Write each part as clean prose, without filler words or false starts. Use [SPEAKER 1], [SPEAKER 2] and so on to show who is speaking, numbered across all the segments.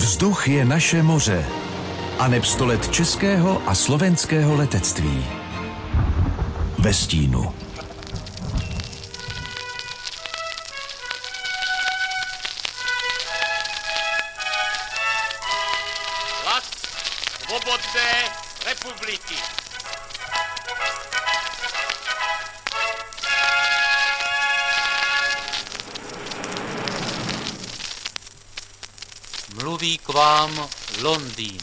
[SPEAKER 1] Vzduch je naše moře. Aneb 100 let českého a slovenského letectví. Ve stínu.
[SPEAKER 2] Hlas svobodné republiky.
[SPEAKER 3] Mluví k vám Londýn.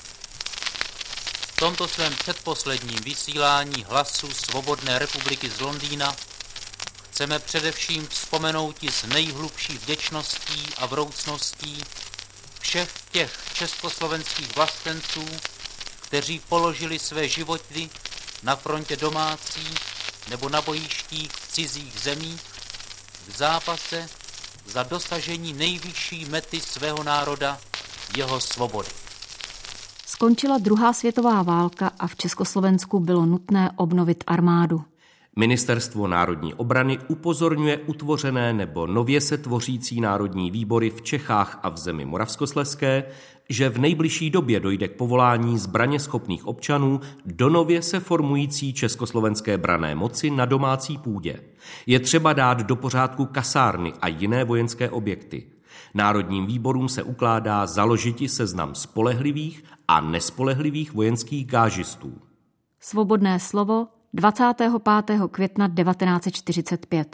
[SPEAKER 3] V tomto svém předposledním vysílání Hlasu svobodné republiky z Londýna chceme především vzpomenouti s nejhlubší vděčností a vroucností všech těch československých vlastenců, kteří položili své životy na frontě domácí nebo na bojištích v cizích zemích v zápase za dosažení nejvyšší mety svého národa, jeho svobody.
[SPEAKER 4] Skončila druhá světová válka a v Československu bylo nutné obnovit armádu.
[SPEAKER 5] Ministerstvo národní obrany upozorňuje utvořené nebo nově se tvořící národní výbory v Čechách a v zemi Moravskoslezské, že v nejbližší době dojde k povolání zbraněschopných občanů do nově se formující československé branné moci na domácí půdě. Je třeba dát do pořádku kasárny a jiné vojenské objekty. Národním výborům se ukládá založiti seznam spolehlivých a nespolehlivých vojenských gážistů.
[SPEAKER 4] Svobodné slovo 25. května 1945.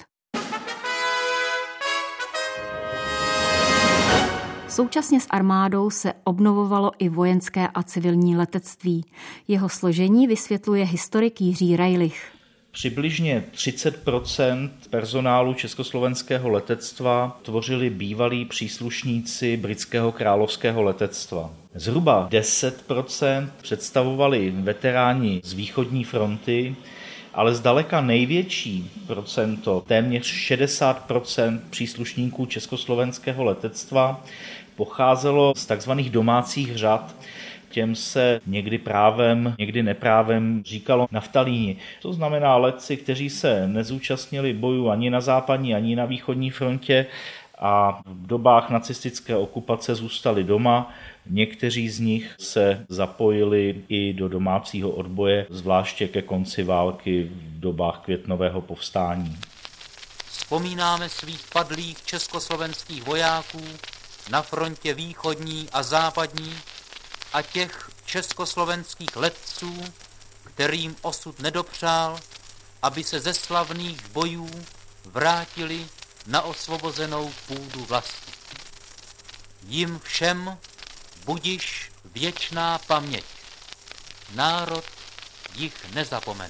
[SPEAKER 4] Současně s armádou se obnovovalo i vojenské a civilní letectví. Jeho složení vysvětluje historik Jiří Rajlich.
[SPEAKER 6] Přibližně 30% personálu československého letectva tvořili bývalí příslušníci britského královského letectva. Zhruba 10% představovali veteráni z východní fronty, ale zdaleka největší procento, téměř 60% příslušníků československého letectva pocházelo z takzvaných domácích řad. Těm se někdy právem, někdy neprávem říkalo naftalíni. To znamená letci, kteří se nezúčastnili bojů ani na západní, ani na východní frontě a v dobách nacistické okupace zůstali doma. Někteří z nich se zapojili i do domácího odboje, zvláště ke konci války v dobách květnového povstání.
[SPEAKER 3] Vzpomínáme svých padlých československých vojáků na frontě východní a západní a těch československých letců, kterým osud nedopřál, aby se ze slavných bojů vrátili na osvobozenou půdu vlasti. Jim všem budiš věčná paměť. Národ jich nezapomene.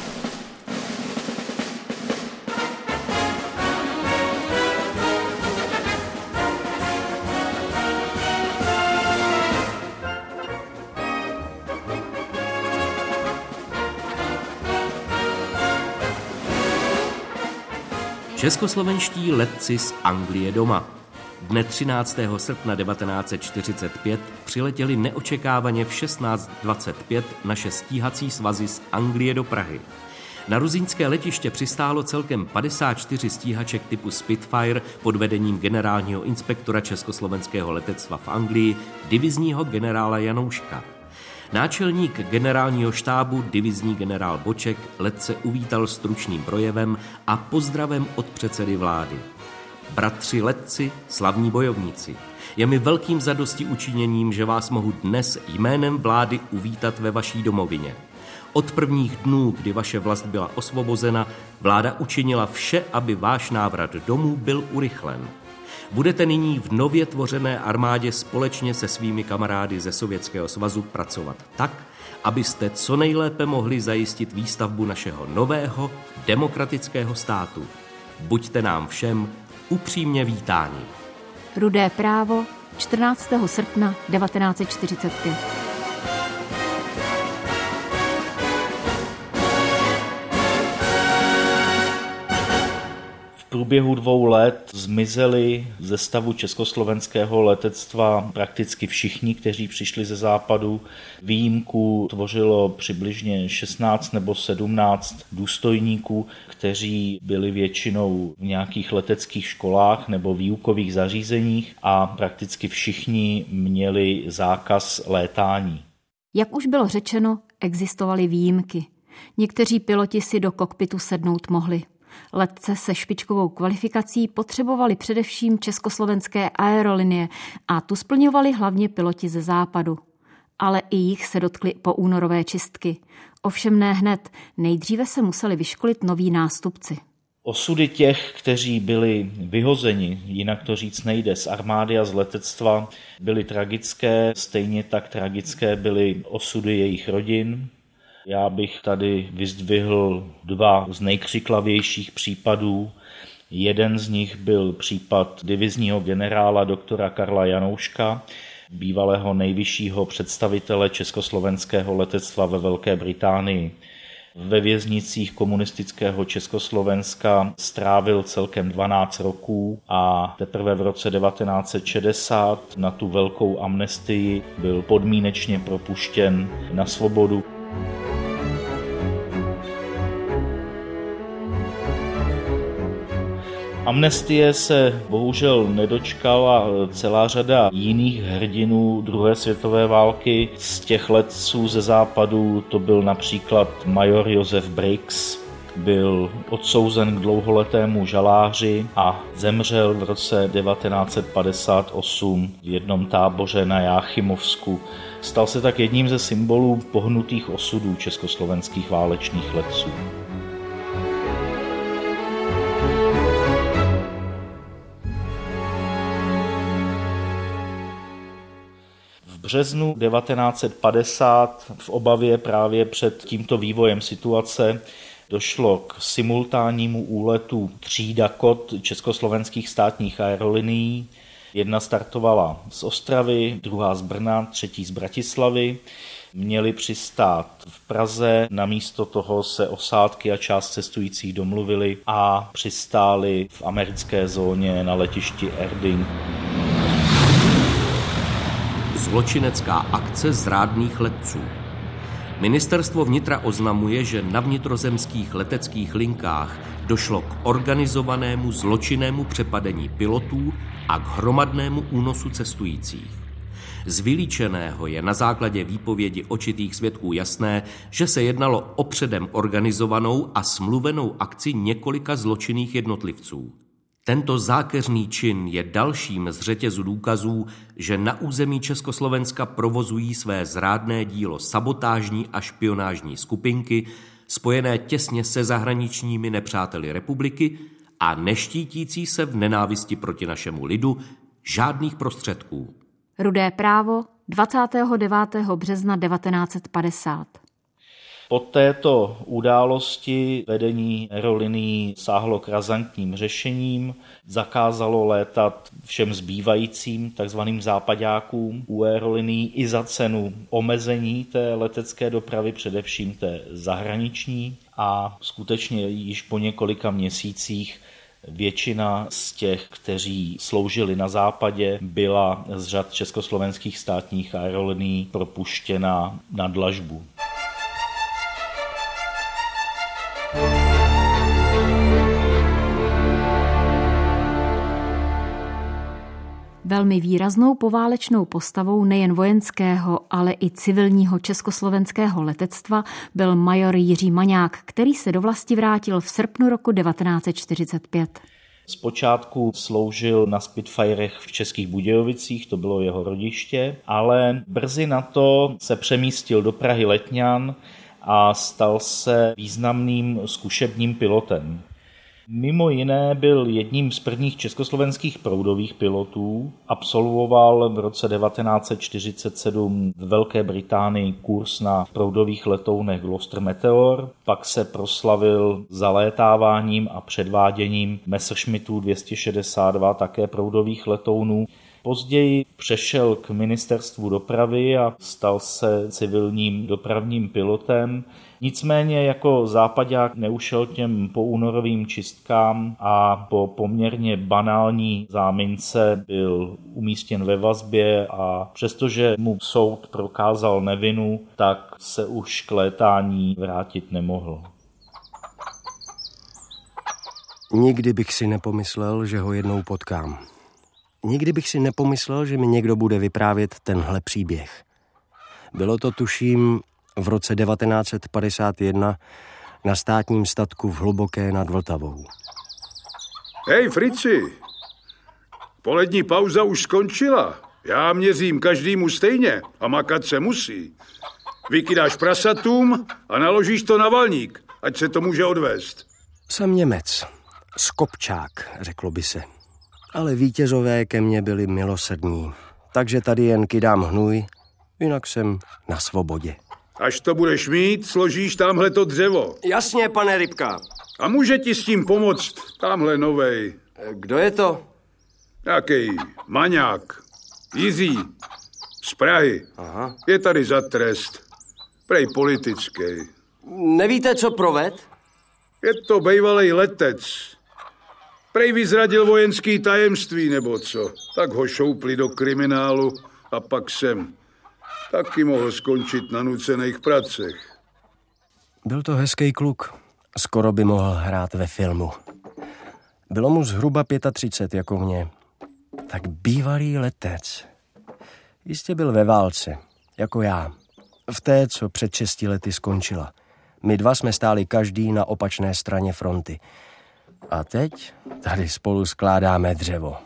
[SPEAKER 5] Českoslovenští letci z Anglie doma. Dne 13. srpna 1945 přiletěli neočekávaně v 16:25 naše stíhací svazy z Anglie do Prahy. Na ruzínské letiště přistálo celkem 54 stíhaček typu Spitfire pod vedením generálního inspektora československého letectva v Anglii, divizního generála Janouška. Náčelník generálního štábu, divizní generál Boček, letce uvítal stručným projevem a pozdravem od předsedy vlády. Bratři letci, slavní bojovníci, je mi velkým zadostiučiněním, že vás mohu dnes jménem vlády uvítat ve vaší domovině. Od prvních dnů, kdy vaše vlast byla osvobozena, vláda učinila vše, aby váš návrat domů byl urychlen. Budete nyní v nově tvořené armádě společně se svými kamarády ze Sovětského svazu pracovat tak, abyste co nejlépe mohli zajistit výstavbu našeho nového demokratického státu. Buďte nám všem upřímně vítáni.
[SPEAKER 4] Rudé právo 14. srpna 1945.
[SPEAKER 6] V průběhu 2 let zmizeli ze stavu československého letectva prakticky všichni, kteří přišli ze západu. Výjimku tvořilo přibližně 16 nebo 17 důstojníků, kteří byli většinou v nějakých leteckých školách nebo výukových zařízeních a prakticky všichni měli zákaz létání.
[SPEAKER 4] Jak už bylo řečeno, existovaly výjimky. Někteří piloti si do kokpitu sednout mohli. Letce se špičkovou kvalifikací potřebovali především československé aerolinie a tu splňovali hlavně piloti ze západu. Ale i jich se dotkly poúnorové čistky. Ovšem ne hned, nejdříve se museli vyškolit noví nástupci.
[SPEAKER 6] Osudy těch, kteří byli vyhozeni, jinak to říct nejde, z armády a z letectva, byly tragické, stejně tak tragické byly osudy jejich rodin. Já bych tady vyzdvihl 2 z nejkřiklavějších případů. Jeden z nich byl případ divizního generála doktora Karla Janouška, bývalého nejvyššího představitele československého letectva ve Velké Británii. Ve věznicích komunistického Československa strávil celkem 12 roků a teprve v roce 1960 na tu velkou amnestii byl podmínečně propuštěn na svobodu. Amnestie se bohužel nedočkala celá řada jiných hrdinů druhé světové války. Z těch letců ze západu to byl například major Josef Brix, byl odsouzen k dlouholetému žaláři a zemřel v roce 1958 v jednom táboře na Jáchymovsku. Stal se tak jedním ze symbolů pohnutých osudů československých válečných letců. V březnu 1950 v obavě právě před tímto vývojem situace došlo k simultánnímu úletu 3 Dakot československých státních aerolinií. Jedna startovala z Ostravy, druhá z Brna, třetí z Bratislavy. Měli přistát v Praze, namísto toho se osádky a část cestujících domluvili a přistáli v americké zóně na letišti Erding.
[SPEAKER 5] Zločinecká akce zrádných letců. Ministerstvo vnitra oznamuje, že na vnitrozemských leteckých linkách došlo k organizovanému zločinnému přepadení pilotů a k hromadnému únosu cestujících. Z vylíčeného je na základě výpovědi očitých svědků jasné, že se jednalo o předem organizovanou a smluvenou akci několika zločinných jednotlivců. Tento zákeřný čin je dalším z řetězu důkazů, že na území Československa provozují své zrádné dílo sabotážní a špionážní skupinky, spojené těsně se zahraničními nepřáteli republiky a neštítící se v nenávisti proti našemu lidu žádných prostředků.
[SPEAKER 4] Rudé právo 29. března 1950.
[SPEAKER 6] Po této události vedení aerolinií sáhlo k razantním řešením, zakázalo létat všem zbývajícím takzvaným zápaďákům u aerolinií i za cenu omezení té letecké dopravy, především té zahraniční, a skutečně již po několika měsících většina z těch, kteří sloužili na západě, byla z řad československých státních aerolinií propuštěna na dlažbu.
[SPEAKER 4] Velmi výraznou poválečnou postavou nejen vojenského, ale i civilního československého letectva byl major Jiří Maňák, který se do vlasti vrátil v srpnu roku 1945.
[SPEAKER 6] Zpočátku sloužil na Spitfirech v Českých Budějovicích, to bylo jeho rodiště, ale brzy na to se přemístil do Prahy Letňan a stal se významným zkušebním pilotem. Mimo jiné byl jedním z prvních československých proudových pilotů, absolvoval v roce 1947 v Velké Británii kurz na proudových letounech Gloster Meteor, pak se proslavil zalétáváním a předváděním Messerschmittů 262, také proudových letounů. Později přešel k ministerstvu dopravy a stal se civilním dopravním pilotem. Nicméně jako západák neušel těm poúnorovým čistkám a po poměrně banální zámince byl umístěn ve vazbě a přestože mu soud prokázal nevinu, tak se už k létání vrátit nemohl.
[SPEAKER 7] Nikdy bych si nepomyslel, že ho jednou potkám. Nikdy bych si nepomyslel, že mi někdo bude vyprávět tenhle příběh. Bylo to, tuším, v roce 1951 na státním statku v Hluboké nad Vltavou.
[SPEAKER 8] Hej, Frici, polední pauza už skončila. Já měřím každému stejně a makat se musí. Vykydáš prasatům a naložíš to na valník, ať se to může odvést.
[SPEAKER 7] Jsem Němec. Skopčák, řeklo by se. Ale vítězové ke mně byli milosrdní. Takže tady jen kydám hnůj, jinak jsem na svobodě.
[SPEAKER 8] Až to budeš mít, složíš tamhle to dřevo.
[SPEAKER 7] Jasně, pane Rybka.
[SPEAKER 8] A může ti s tím pomoct tamhle novej.
[SPEAKER 7] Kdo je to?
[SPEAKER 8] Jaký maňák. Jiří. Z Prahy.
[SPEAKER 7] Aha.
[SPEAKER 8] Je tady za trest. Prej politický.
[SPEAKER 7] Nevíte, co proved?
[SPEAKER 8] Je to bejvalej letec. Prej vyzradil vojenský tajemství, nebo co. Tak ho šoupli do kriminálu a pak jsem taky mohl skončit na nucených pracech.
[SPEAKER 7] Byl to hezký kluk. Skoro by mohl hrát ve filmu. Bylo mu zhruba 35 jako mě. Tak bývalý letec. Jistě byl ve válce, jako já. V té, co před 6 lety skončila. My dva jsme stáli každý na opačné straně fronty. A teď tady spolu skládáme dřevo.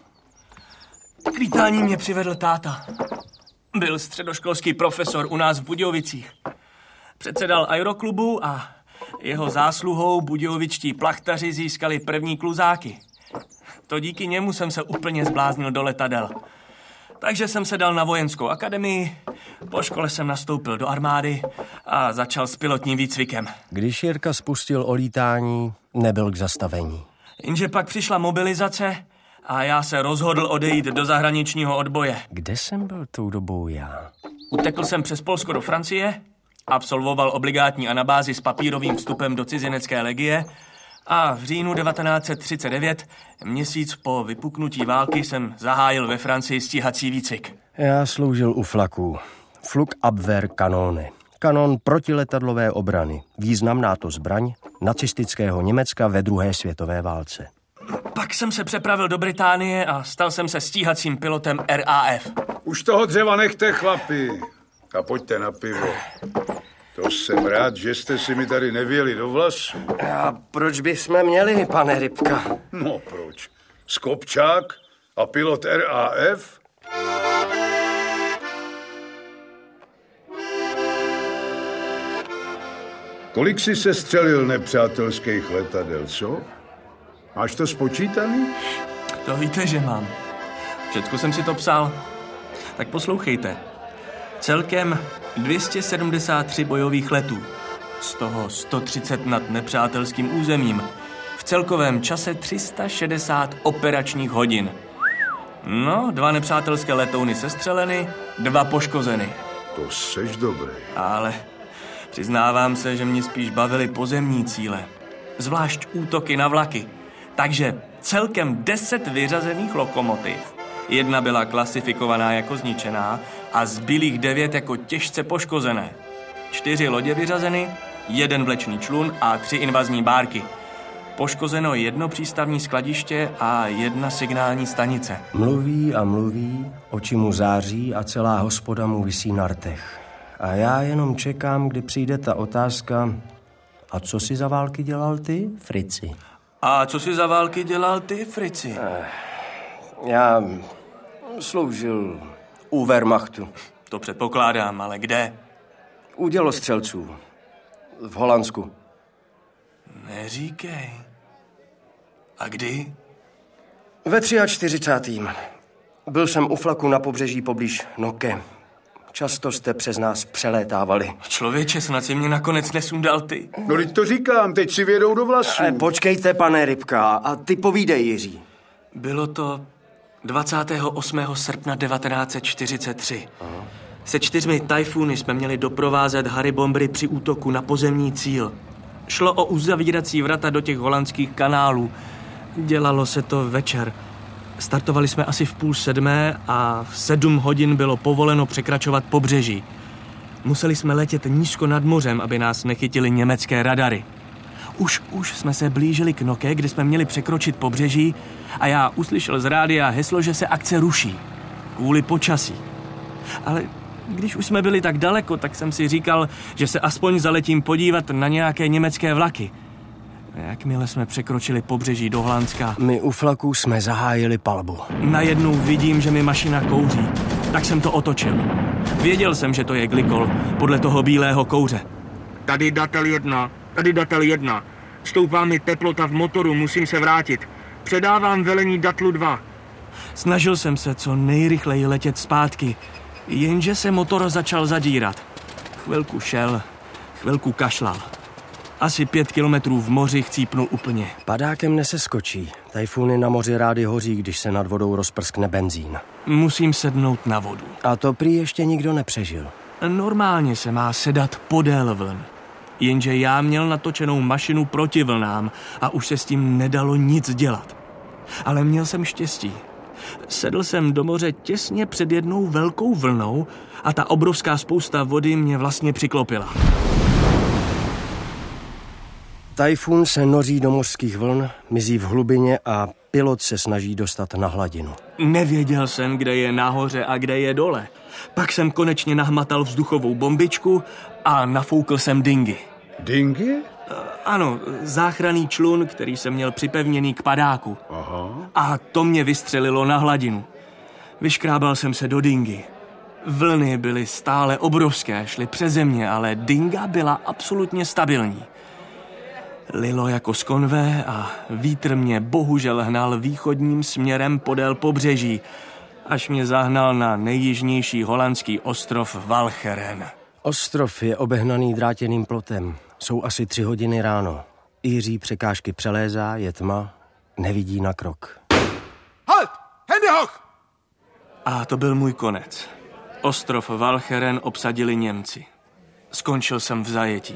[SPEAKER 9] K vítání mě přivedl táta. Byl středoškolský profesor u nás v Budějovicích. Předsedal aeroklubu a jeho zásluhou budějovičtí plachtaři získali první kluzáky. To díky němu jsem se úplně zbláznil do letadel. Takže jsem se dal na vojenskou akademii, po škole jsem nastoupil do armády a začal s pilotním výcvikem.
[SPEAKER 7] Když Jirka spustil o lítání, nebyl k zastavení.
[SPEAKER 9] Jenže pak přišla mobilizace a já se rozhodl odejít do zahraničního odboje.
[SPEAKER 7] Kde jsem byl tou dobou já?
[SPEAKER 9] Utekl jsem přes Polsko do Francie, absolvoval obligátní anabázi s papírovým vstupem do cizinecké legie a v říjnu 1939, měsíc po vypuknutí války, jsem zahájil ve Francii stíhací výcvik.
[SPEAKER 7] Já sloužil u flaků. Flugabwehr Kanone. Kanon protiletadlové obrany. Významná to zbraň nacistického Německa ve druhé světové válce.
[SPEAKER 9] Pak jsem se přepravil do Británie a stal jsem se stíhacím pilotem RAF.
[SPEAKER 8] Už toho dřeva nechte, chlapi. A pojďte na pivo. To jsem rád, že jste si mi tady nevěli do vlasů.
[SPEAKER 7] A proč bychom měli, pane Rybka?
[SPEAKER 8] No proč? Skopčák a pilot RAF? Kolik jsi sestřelil nepřátelských letadel, co? Máš to spočítaný?
[SPEAKER 9] To víte, že mám. Všecko jsem si to psal. Tak poslouchejte. Celkem 273 bojových letů. Z toho 130 nad nepřátelským územím. V celkovém čase 360 operačních hodin. No, 2 nepřátelské letouny sestřeleny, 2 poškozeny.
[SPEAKER 8] To seš dobrý.
[SPEAKER 9] Ale přiznávám se, že mě spíš bavily pozemní cíle. Zvlášť útoky na vlaky. Takže celkem 10 vyřazených lokomotiv. 1 byla klasifikovaná jako zničená a zbylých 9 jako těžce poškozené. 4 lodě vyřazeny, 1 vlečný člun a 3 invazní bárky. Poškozeno 1 přístavní skladiště a 1 signální stanice.
[SPEAKER 7] Mluví a mluví, oči mu září a celá hospoda mu visí na rtech. A já jenom čekám, kdy přijde ta otázka: a co si za války dělal ty, Frici?
[SPEAKER 9] A co si za války dělal ty, Frici?
[SPEAKER 7] Já sloužil u Wehrmachtu.
[SPEAKER 9] To předpokládám, ale kde?
[SPEAKER 7] U dělostřelců. V Holandsku.
[SPEAKER 9] Neříkej. A kdy?
[SPEAKER 7] Ve 43. Byl jsem u flaku na pobřeží poblíž Noke. Často jste přes nás přelétávali.
[SPEAKER 9] Člověče, snad si mě nakonec nesundal ty.
[SPEAKER 8] No teď to říkám, teď si vědou do vlasů.
[SPEAKER 7] Počkejte, pane Rybka, a ty povídej, Jiří.
[SPEAKER 9] Bylo to 28. srpna 1943. Se 4 tajfuny jsme měli doprovázet Haribombery při útoku na pozemní cíl. Šlo o uzavírací vrata do těch holandských kanálů. Dělalo se to večer. Startovali jsme asi v 6:30 a v 7 hodin bylo povoleno překračovat pobřeží. Museli jsme letět nízko nad mořem, aby nás nechytili německé radary. Už jsme se blížili k Noké, kde jsme měli překročit pobřeží a já uslyšel z rádia heslo, že se akce ruší. Kvůli počasí. Ale když už jsme byli tak daleko, tak jsem si říkal, že se aspoň zaletím podívat na nějaké německé vlaky. Jakmile jsme překročili pobřeží do Holandska...
[SPEAKER 7] My u flaků jsme zahájili palbu.
[SPEAKER 9] Najednou vidím, že mi mašina kouří. Tak jsem to otočil. Věděl jsem, že to je glykol, podle toho bílého kouře.
[SPEAKER 10] Tady datel 1. Stoupá mi teplota v motoru, musím se vrátit. Předávám velení datlu 2.
[SPEAKER 9] Snažil jsem se co nejrychleji letět zpátky, jenže se motor začal zadírat. Chvilku šel, chvilku kašlal. Asi 5 kilometrů v moři chcípnul úplně.
[SPEAKER 7] Padákem neseskočí. Tajfuny na moři rády hoří, když se nad vodou rozprskne benzín.
[SPEAKER 9] Musím sednout na vodu.
[SPEAKER 7] A to prý ještě nikdo nepřežil.
[SPEAKER 9] Normálně se má sedat podél vln. Jenže já měl natočenou mašinu proti vlnám a už se s tím nedalo nic dělat. Ale měl jsem štěstí. Sedl jsem do moře těsně před jednou velkou vlnou a ta obrovská spousta vody mě vlastně přiklopila.
[SPEAKER 7] Tajfun se noří do mořských vln, mizí v hlubině a pilot se snaží dostat na hladinu.
[SPEAKER 9] Nevěděl jsem, kde je nahoře a kde je dole. Pak jsem konečně nahmatal vzduchovou bombičku a nafoukl jsem dingy.
[SPEAKER 8] Dingy?
[SPEAKER 9] Ano, záchranný člun, který jsem měl připevněný k padáku.
[SPEAKER 8] Aha.
[SPEAKER 9] A to mě vystřelilo na hladinu. Vyškrábal jsem se do dingy. Vlny byly stále obrovské, šly přeze mě, ale dinga byla absolutně stabilní. Lilo jako z konve a vítr mě bohužel hnal východním směrem podél pobřeží, až mě zahnal na nejjižnější holandský ostrov Walcheren.
[SPEAKER 7] Ostrov je obehnaný drátěným plotem. Jsou asi 3 hodiny ráno. Jiří překážky přelézá, je tma, nevidí na krok.
[SPEAKER 2] Halt! Hände hoch!
[SPEAKER 9] A to byl můj konec. Ostrov Walcheren obsadili Němci. Skončil jsem v zajetí.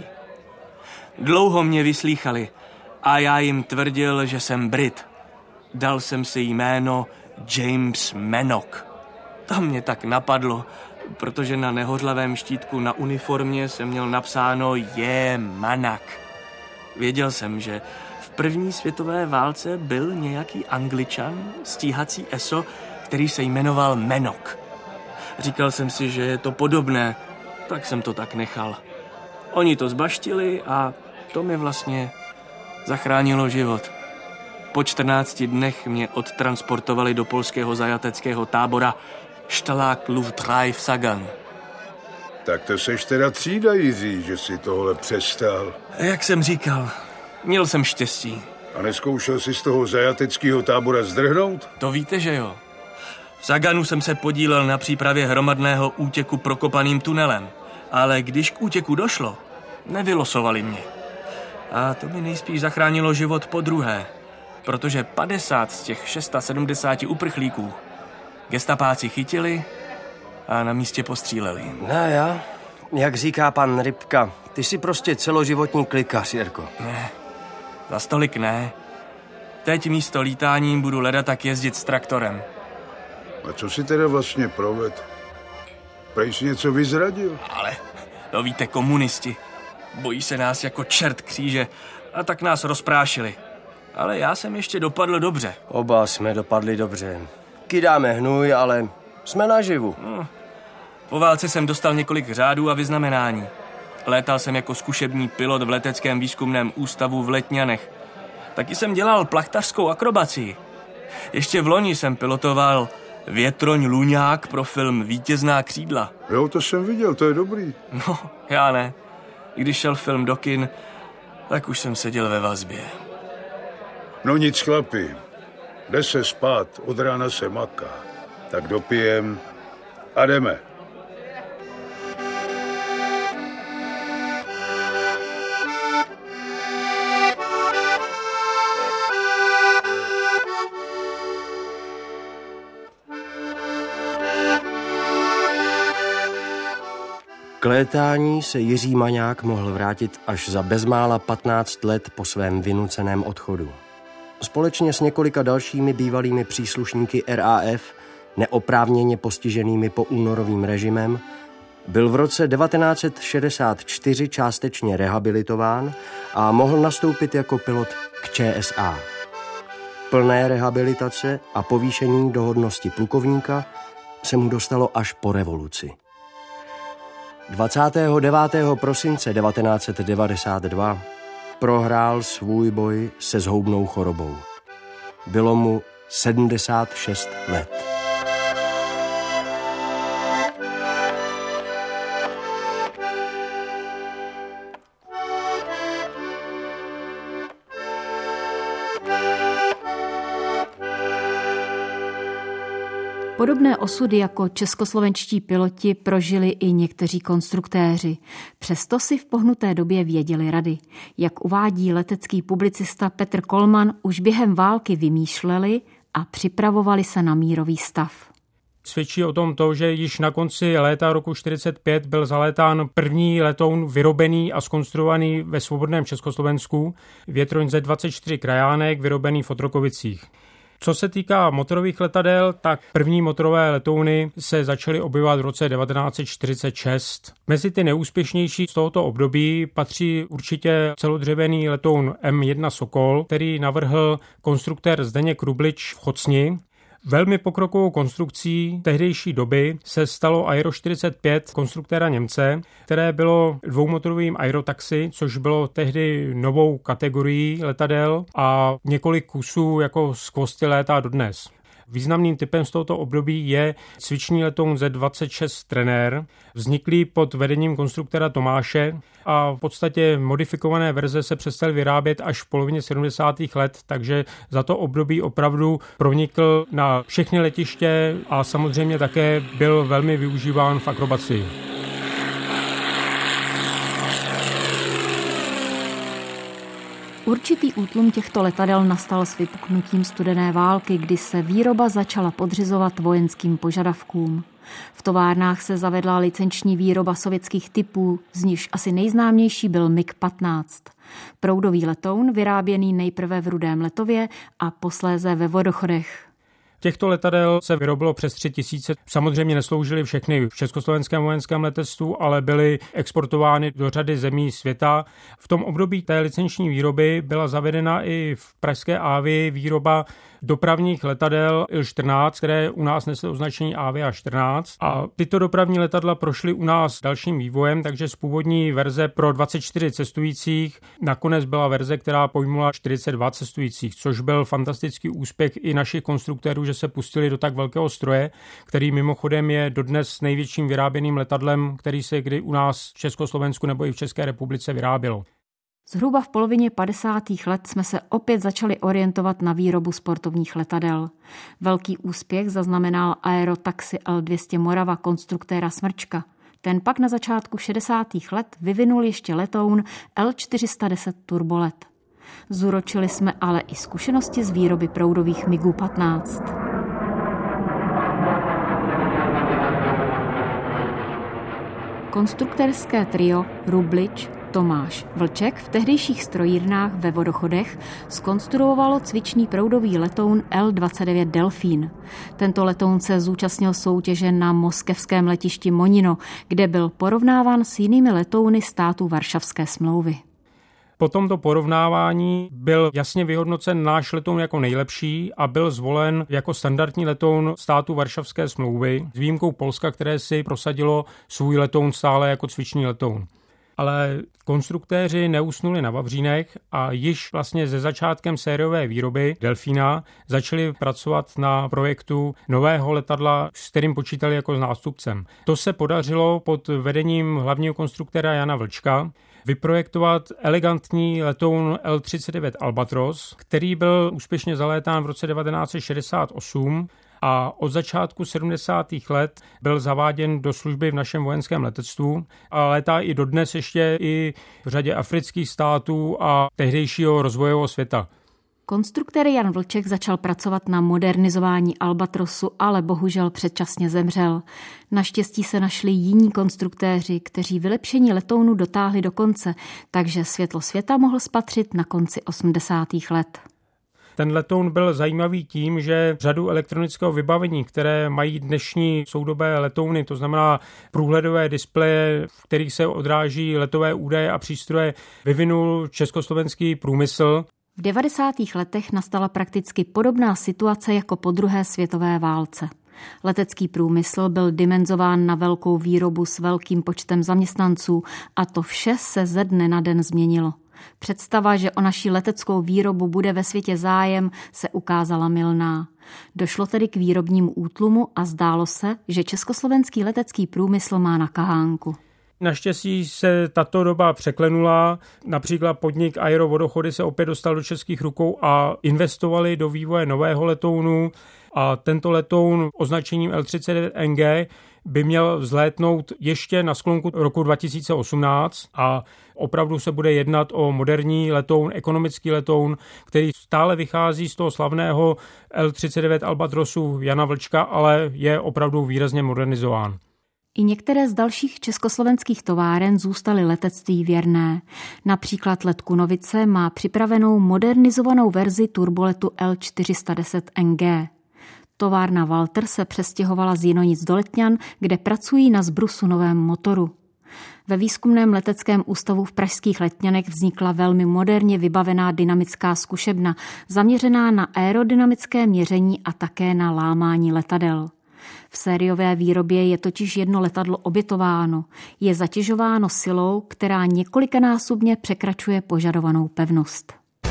[SPEAKER 9] Dlouho mě vyslýchali a já jim tvrdil, že jsem Brit. Dal jsem si jméno James Mannock. To mě tak napadlo, protože na nehořlavém štítku na uniformě jsem měl napsáno Je Manak. Věděl jsem, že v první světové válce byl nějaký Angličan, stíhací eso, který se jmenoval Mannock. Říkal jsem si, že je to podobné, tak jsem to tak nechal. Oni to zbaštili a to mi vlastně zachránilo život. Po 14 dnech mě odtransportovali do polského zajateckého tábora Stalag Luftreif v Saganu.
[SPEAKER 8] Tak to seš teda třída, Jiří, že si tohle přestál.
[SPEAKER 9] Jak jsem říkal, měl jsem štěstí.
[SPEAKER 8] A neskoušel si z toho zajateckého tábora zdrhnout?
[SPEAKER 9] To víte, že jo. V Saganu jsem se podílel na přípravě hromadného útěku prokopaným tunelem, ale když k útěku došlo, nevylosovali mě. A to mi nejspíš zachránilo život po druhé, protože 50 z těch 670 uprchlíků gestapáci chytili a na místě postříleli.
[SPEAKER 7] No já, jak říká pan Rybka, ty jsi prostě celoživotní klikař, Jirko.
[SPEAKER 9] Ne, za stolik ne. Teď místo lítání budu tak jezdit s traktorem.
[SPEAKER 8] A co si teda vlastně proved? Prej jsi něco vyzradil?
[SPEAKER 9] Ale to víte, komunisti. Bojí se nás jako čert kříže a tak nás rozprášili. Ale já jsem ještě dopadl dobře.
[SPEAKER 7] Oba jsme dopadli dobře. Kydáme hnůj, ale jsme naživu.
[SPEAKER 9] Po válce jsem dostal několik řádů a vyznamenání. Létal jsem jako zkušební pilot v leteckém výzkumném ústavu v Letňanech. Taky jsem dělal plachtařskou akrobacii. Ještě v loni jsem pilotoval větroň Luňák pro film Vítězná křídla.
[SPEAKER 8] Jo, to jsem viděl, to je dobrý.
[SPEAKER 9] No, já ne. Když šel film do kin, tak už jsem seděl ve vazbě.
[SPEAKER 8] No nic, chlapi. Jde se spát, od rána se maká. Tak dopijem a jdeme.
[SPEAKER 7] K létání se Jiří Maňák mohl vrátit až za bezmála 15 let po svém vynuceném odchodu. Společně s několika dalšími bývalými příslušníky RAF, neoprávněně postiženými poúnorovým režimem, byl v roce 1964 částečně rehabilitován a mohl nastoupit jako pilot k ČSA. Plné rehabilitace a povýšení do hodnosti plukovníka se mu dostalo až po revoluci. 29. prosince 1992 prohrál svůj boj se zhoubnou chorobou. Bylo mu 76 let.
[SPEAKER 4] Podobné osudy jako českoslovenští piloti prožili i někteří konstruktéři. Přesto si v pohnuté době věděli rady. Jak uvádí letecký publicista Petr Kolman, už během války vymýšleli a připravovali se na mírový stav.
[SPEAKER 11] Svědčí o tom to, že již na konci léta roku 1945 byl zalétán první letoun vyrobený a zkonstruovaný ve svobodném Československu, Větroň Z-24 Krajánek, vyrobený v Otrokovicích. Co se týká motorových letadel, tak první motorové letouny se začaly objevovat v roce 1946. Mezi ty neúspěšnější z tohoto období patří určitě celodřevěný letoun M1 Sokol, který navrhl konstruktér Zdeněk Rublič v Chocni. Velmi pokrokovou konstrukcí tehdejší doby se stalo Aero 45 konstruktéra Němce, které bylo dvoumotorovým aerotaxi, což bylo tehdy novou kategorií letadel a několik kusů jako skvosty létá dodnes. Významným typem z tohoto období je cvičný letoun Z-26 Trenér, vzniklý pod vedením konstruktéra Tomáše a v podstatě modifikované verze se přestaly vyrábět až v polovině 70. let, takže za to období opravdu pronikl na všechny letiště a samozřejmě také byl velmi využíván v akrobacii.
[SPEAKER 4] Určitý útlum těchto letadel nastal s vypuknutím studené války, kdy se výroba začala podřizovat vojenským požadavkům. V továrnách se zavedla licenční výroba sovětských typů, z nichž asi nejznámější byl MiG-15. Proudový letoun vyráběný nejprve v Rudém Letově a posléze ve Vodochodech.
[SPEAKER 11] Těchto letadel se vyrobilo přes 3000. Samozřejmě nesloužily všechny v československém vojenském letectvu, ale byly exportovány do řady zemí světa. V tom období té licenční výroby byla zavedena i v pražské Avii výroba dopravních letadel Il-14, které u nás nesly označení Avia 14. A tyto dopravní letadla prošly u nás dalším vývojem, takže z původní verze pro 24 cestujících nakonec byla verze, která pojmula 42 cestujících, což byl fantastický úspěch i našich konstruktérů, že se pustili do tak velkého stroje, který mimochodem je dodnes největším vyráběným letadlem, který se kdy u nás v Československu nebo i v České republice vyrábělo.
[SPEAKER 4] Zhruba v polovině 50. let jsme se opět začali orientovat na výrobu sportovních letadel. Velký úspěch zaznamenal aerotaxi L200 Morava konstruktéra Smrčka. Ten pak na začátku 60. let vyvinul ještě letoun L410 Turbolet. Zúročili jsme ale i zkušenosti z výroby proudových MiGů 15. Konstruktérské trio Rublič, Tomáš, Vlček v tehdejších strojírnách ve Vodochodech zkonstruovalo cvičný proudový letoun L-29 Delfín. Tento letoun se zúčastnil soutěže na moskevském letišti Monino, kde byl porovnáván s jinými letouny států Varšavské smlouvy.
[SPEAKER 11] Po tomto porovnávání byl jasně vyhodnocen náš letoun jako nejlepší a byl zvolen jako standardní letoun státu Varšavské smlouvy s výjimkou Polska, které si prosadilo svůj letoun stále jako cvičný letoun. Ale konstruktéři neusnuli na vavřínech a již vlastně se začátkem sériové výroby Delfína začali pracovat na projektu nového letadla, s kterým počítali jako s nástupcem. To se podařilo pod vedením hlavního konstruktéra Jana Vlčka vyprojektovat elegantní letoun L-39 Albatros, který byl úspěšně zalétán v roce 1968 a od začátku 70. let byl zaváděn do služby v našem vojenském letectvu a létá i dodnes ještě i v řadě afrických států a tehdejšího rozvojového světa.
[SPEAKER 4] Konstruktér Jan Vlček začal pracovat na modernizování Albatrosu, ale bohužel předčasně zemřel. Naštěstí se našli jiní konstruktéři, kteří vylepšení letounu dotáhli do konce, takže světlo světa mohl spatřit na konci 80. let.
[SPEAKER 11] Ten letoun byl zajímavý tím, že řadu elektronického vybavení, které mají dnešní soudobé letouny, to znamená průhledové displeje, v kterých se odráží letové údaje a přístroje, vyvinul československý průmysl.
[SPEAKER 4] V 90. letech nastala prakticky podobná situace jako po druhé světové válce. Letecký průmysl byl dimenzován na velkou výrobu s velkým počtem zaměstnanců a to vše se ze dne na den změnilo. Představa, že o naši leteckou výrobu bude ve světě zájem, se ukázala mylná. Došlo tedy k výrobnímu útlumu a zdálo se, že československý letecký průmysl má na kahánku.
[SPEAKER 11] Naštěstí se tato doba překlenula, například podnik Aero Vodochody se opět dostal do českých rukou a investovali do vývoje nového letounu a tento letoun označením L-39NG by měl vzlétnout ještě na sklonku roku 2018 a opravdu se bude jednat o moderní letoun, ekonomický letoun, který stále vychází z toho slavného L-39 Albatrosu Jana Vlčka, ale je opravdu výrazně modernizován.
[SPEAKER 4] I některé z dalších československých továren zůstaly letectví věrné. Například Let Kunovice má připravenou modernizovanou verzi turboletu L410NG. Továrna Walter se přestěhovala z Jinonic do Letňan, kde pracují na zbrusu novém motoru. Ve výzkumném leteckém ústavu v pražských Letňanech vznikla velmi moderně vybavená dynamická zkušebna, zaměřená na aerodynamické měření a také na lámání letadel. V sériové výrobě je totiž jedno letadlo obětováno. Je zatěžováno silou, která několikanásobně překračuje požadovanou pevnost.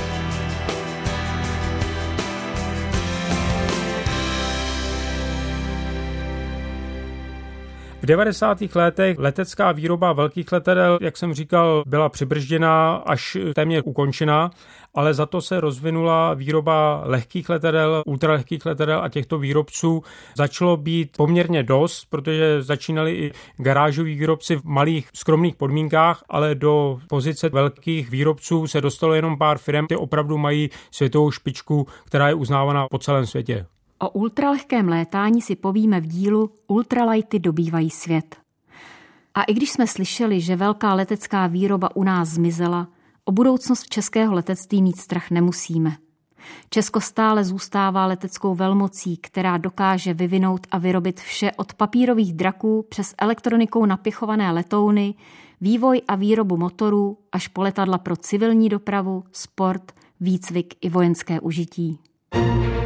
[SPEAKER 11] V 90. letech letecká výroba velkých letadel, jak jsem říkal, byla přibržděná až téměř ukončena, ale za to se rozvinula výroba lehkých letadel, ultralehkých letadel a těchto výrobců začalo být poměrně dost, protože začínali i garážoví výrobci v malých skromných podmínkách, ale do pozice velkých výrobců se dostalo jenom pár firem, ty opravdu mají světovou špičku, která je uznávaná po celém světě.
[SPEAKER 4] O ultralehkém létání si povíme v dílu Ultralighty dobývají svět. A i když jsme slyšeli, že velká letecká výroba u nás zmizela, o budoucnost českého letectví mít strach nemusíme. Česko stále zůstává leteckou velmocí, která dokáže vyvinout a vyrobit vše od papírových draků přes elektronikou napěchované letouny, vývoj a výrobu motorů až po letadla pro civilní dopravu, sport, výcvik i vojenské užití.